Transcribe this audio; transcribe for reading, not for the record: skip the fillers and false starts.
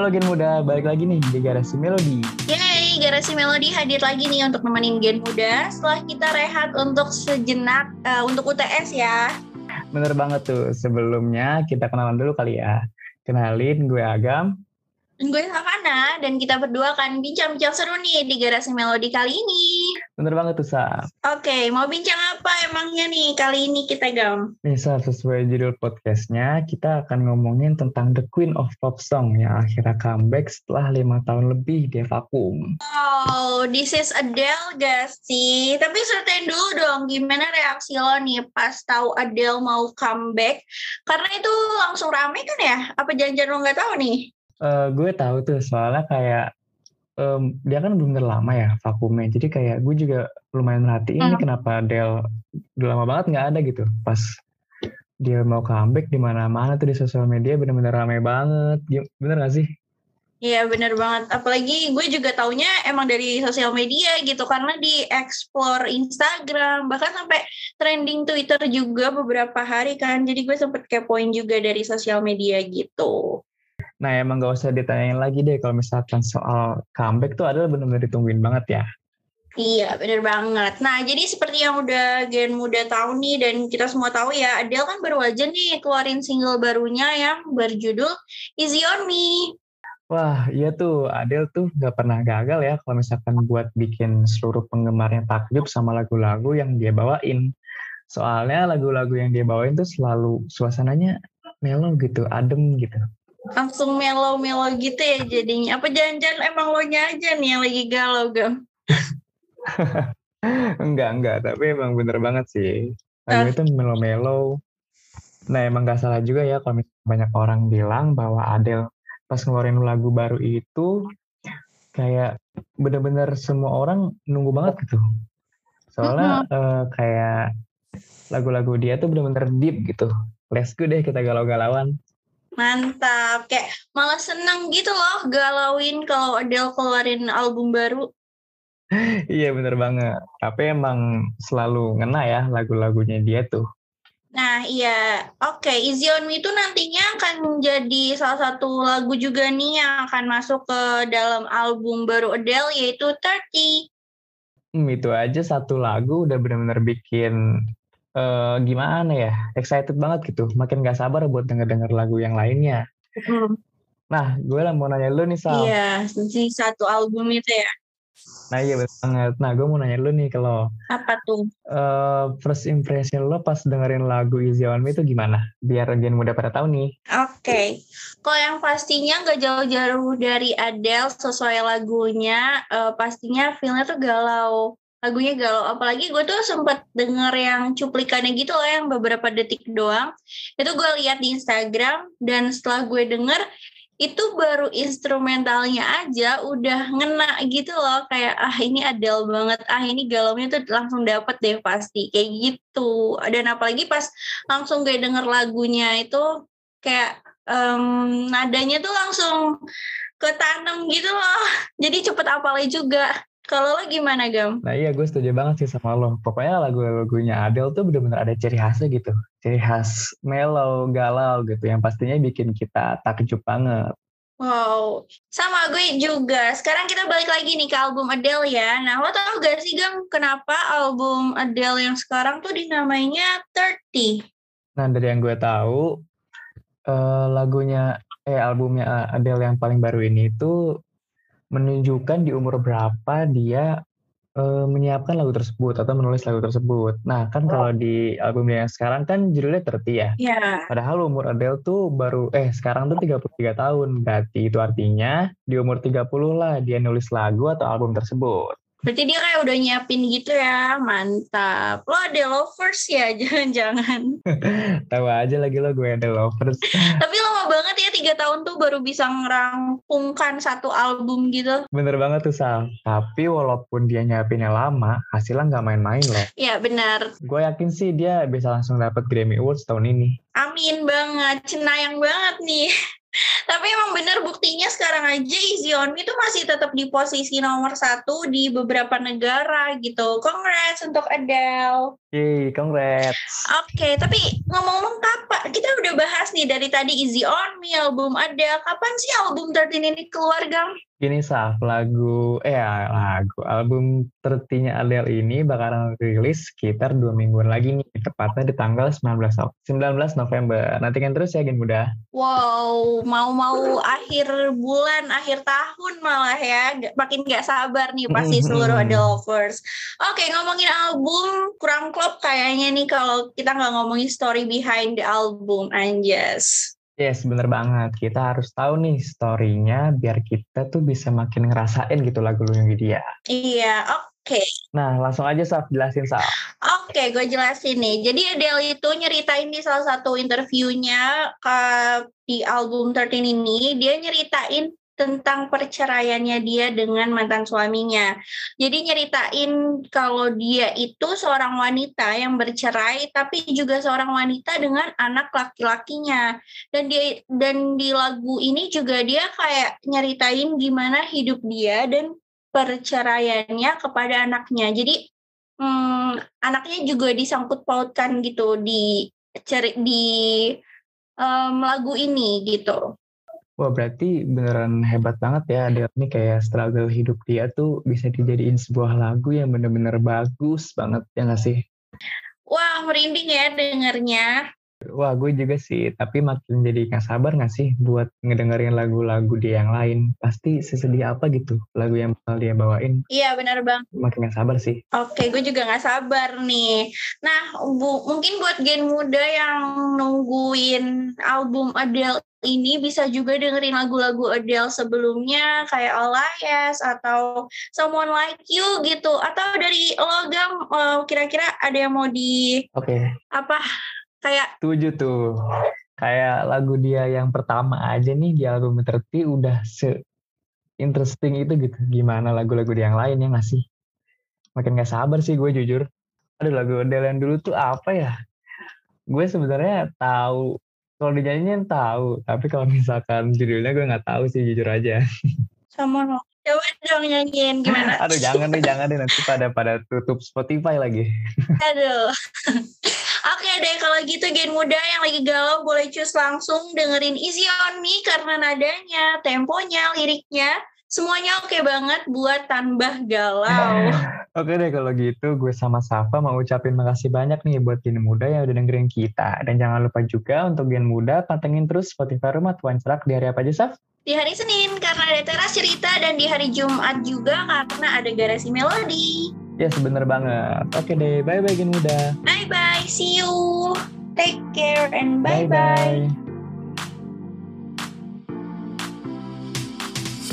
Halo Gen Muda, balik lagi nih di Garasi Melodi. Yeay, Garasi Melodi hadir lagi nih untuk nemenin Gen Muda setelah kita rehat untuk sejenak untuk UTS ya. Bener banget tuh, sebelumnya kita kenalan dulu kali ya. Kenalin, gue Agam. Dan gue Savana, dan kita berdua akan bincang-bincang seru nih di Garasi Melodi kali ini. Bener banget tuh, Sa. Oke, mau bincang apa emangnya nih kali ini kita, Gam? Nih, Sa, sesuai judul podcastnya, kita akan ngomongin tentang The Queen of Pop Song yang akhirnya comeback setelah 5 tahun lebih dia vakum. Oh, this is Adele gak sih? Tapi ceritain dulu dong, gimana reaksi lo nih pas tahu Adele mau comeback? Karena itu langsung rame kan ya? Apa jangan-jangan lo gak tahu nih? Gue tahu tuh, soalnya kayak dia kan bener lama ya vakumnya. Jadi kayak gue juga lumayan merhatiin nih kenapa Adele udah lama banget nggak ada gitu. Pas dia mau comeback di mana-mana tuh di sosial media bener-bener ramai banget. Bener gak sih? Iya bener banget, apalagi gue juga taunya emang dari sosial media gitu, karena di explore Instagram, bahkan sampai trending Twitter juga beberapa hari kan, jadi gue sempet kepoin juga dari sosial media gitu. Nah emang gak usah ditanyain lagi deh kalau misalkan soal comeback tuh adalah bener-bener ditungguin banget ya. Iya bener banget. Nah jadi seperti yang udah Gen Muda tahu nih, dan kita semua tahu ya, Adele kan baru aja nih keluarin single barunya yang berjudul Easy On Me. Wah iya tuh Adele tuh gak pernah gagal ya kalau misalkan buat bikin seluruh penggemarnya takjub sama lagu-lagu yang dia bawain. Soalnya lagu-lagu yang dia bawain tuh selalu suasananya mellow gitu, adem gitu. Langsung melo-melo gitu ya jadinya. Apa jangan-jangan emang lo nya aja nih yang lagi galau, Gam? Enggak, tapi emang bener banget sih. Lagu itu melo-melo. Nah emang gak salah juga ya kalau misalnya banyak orang bilang bahwa Adele pas ngeluarin lagu baru itu kayak bener-bener semua orang nunggu banget gitu. Soalnya kayak lagu-lagu dia tuh bener-bener deep gitu. Let's go deh kita galau-galauan. Mantap, kayak malah seneng gitu loh galauin kalau Adele keluarin album baru. Iya bener banget. Tapi emang selalu ngena ya lagu-lagunya dia tuh. Nah iya, oke, Easy On Me itu nantinya akan menjadi salah satu lagu juga nih yang akan masuk ke dalam album baru Adele, yaitu 30. Itu aja satu lagu udah bener-bener bikin gimana ya, excited banget gitu. Makin gak sabar buat denger-denger lagu yang lainnya. Nah, gue lah mau nanya lu nih, Sal. Iya, di satu album itu ya. Nah, iya betul banget. Nah, gue mau nanya lu nih kalau Apa tuh? first impression lo pas dengerin lagu Easy On Me itu gimana? Biar Gen Muda pada tahu nih. Oke, kalau yang pastinya gak jauh-jauh dari Adele sesuai lagunya, pastinya feel-nya tuh galau. Lagunya galau, apalagi gue tuh sempet denger yang cuplikannya gitu loh, yang beberapa detik doang. Itu gue lihat di Instagram, dan setelah gue denger, itu baru instrumentalnya aja udah ngena gitu loh. Kayak, ini Adele banget, ini galaunya tuh langsung dapet deh pasti, kayak gitu. Dan apalagi pas langsung gue denger lagunya itu, kayak nadanya tuh langsung ketanam gitu loh. Jadi cepet hafalnya juga. Kalau lo gimana, Gam? Nah iya gue setuju banget sih sama lo. Pokoknya lagu-lagunya Adele tuh bener-bener ada ciri khasnya gitu. Ciri khas mellow, galau gitu. Yang pastinya bikin kita takjub banget. Wow, sama gue juga. Sekarang kita balik lagi nih ke album Adele ya. Nah, lo tau gak sih, Gam, kenapa album Adele yang sekarang tuh dinamainya 30? Nah dari yang gue tahu, albumnya Adele yang paling baru ini tuh menunjukkan di umur berapa dia menyiapkan lagu tersebut atau menulis lagu tersebut. Nah kan kalau di albumnya yang sekarang kan judulnya 30 ya. Ya. Padahal umur Adele tuh sekarang tuh 33 tahun. Berarti itu artinya di umur 30 lah dia nulis lagu atau album tersebut. Berarti dia kayak udah nyiapin gitu ya. Mantap. Lo ada lovers ya? Jangan-jangan. Tahu aja lagi lo gue Adele lovers. Tapi lama banget ya, 3 tahun tuh baru bisa ngerampungkan satu album gitu. Bener banget tuh Sal. Tapi walaupun dia nyiapinnya lama, hasilnya nggak main-main loh. Iya benar. Gue yakin sih dia bisa langsung dapet Grammy Awards tahun ini. Amin banget. Cenayang banget nih. Tapi emang bener buktinya sekarang aja Easy On Me itu masih tetap di posisi nomor 1 di beberapa negara gitu. Congrats untuk Adele. Yeay, congrats. Oke, tapi ngomong-ngomong kapan? Kita udah bahas nih dari tadi Easy On Me, album Adele. Kapan sih album 13 ini keluar, Gang? Gini Saf, album tertinya Adele ini bakalan rilis sekitar 2 mingguan lagi nih, tepatnya di tanggal 19 November. Nantikan terus ya Gen Muda. Wow, mau akhir bulan, akhir tahun malah ya. Makin gak sabar nih pasti seluruh Adele lovers. Oke, ngomongin album, kurang klop kayaknya nih kalau kita nggak ngomongin story behind the album, Anjas. Yes, bener banget. Kita harus tahu nih story-nya biar kita tuh bisa makin ngerasain gitu lagu-lagunya dia. Iya, oke. Nah, langsung aja Saf, jelasin Saf. Oke, gue jelasin nih. Jadi Adele itu nyeritain di salah satu interviewnya di album 13 ini, dia nyeritain tentang perceraiannya dia dengan mantan suaminya. Jadi nyeritain kalau dia itu seorang wanita yang bercerai, tapi juga seorang wanita dengan anak laki-lakinya. Dan di lagu ini juga dia kayak nyeritain gimana hidup dia dan perceraiannya kepada anaknya. Jadi anaknya juga disangkut pautkan gitu di lagu ini gitu. Wah, berarti beneran hebat banget ya Adele ini, kayak struggle hidup dia tuh bisa dijadiin sebuah lagu yang bener-bener bagus banget, ya nggak sih? Wah, merinding ya dengernya. Wah, gue juga sih, tapi makin jadi gak sabar gak sih buat ngedengerin lagu-lagu dia yang lain. Pasti sesedih apa gitu lagu yang bakal dia bawain. Iya, benar bang. Makin gak sabar sih. Oke, gue juga gak sabar nih. Nah, mungkin buat gen muda yang nungguin album Adele ini bisa juga dengerin lagu-lagu Adele sebelumnya kayak Alias atau Someone Like You gitu. Atau dari Logam kira-kira ada yang mau apa kayak setuju tuh. Kayak lagu dia yang pertama aja nih di album 30 udah se-interesting itu gitu. Gimana lagu-lagu dia yang lain ya nggak sih? Makin gak sabar sih gue jujur. Aduh, lagu Adele yang dulu tuh apa ya? Gue sebenarnya tahu, kalau dinyanyiin tahu, tapi kalau misalkan judulnya gue nggak tahu sih jujur aja. Someone coba dong nyanyiin gimana? Aduh, jangan deh nanti pada tutup Spotify lagi. Aduh. Oke deh, kalau gitu gen muda yang lagi galau boleh cus langsung dengerin Easy On Me karena nadanya, temponya, liriknya semuanya oke banget buat tambah galau. Oke deh, kalau gitu gue sama Safa mau ucapin makasih banyak nih buat gen muda yang udah dengerin kita. Dan jangan lupa juga untuk gen muda pantengin terus Spotify Rumah Tuan Cerak di hari apa aja, Saf? Di hari Senin karena ada teras cerita dan di hari Jumat juga karena ada garasi melodi. Yes, bener banget. Oke deh, bye-bye gen muda. Bye-bye, see you. Take care and bye-bye.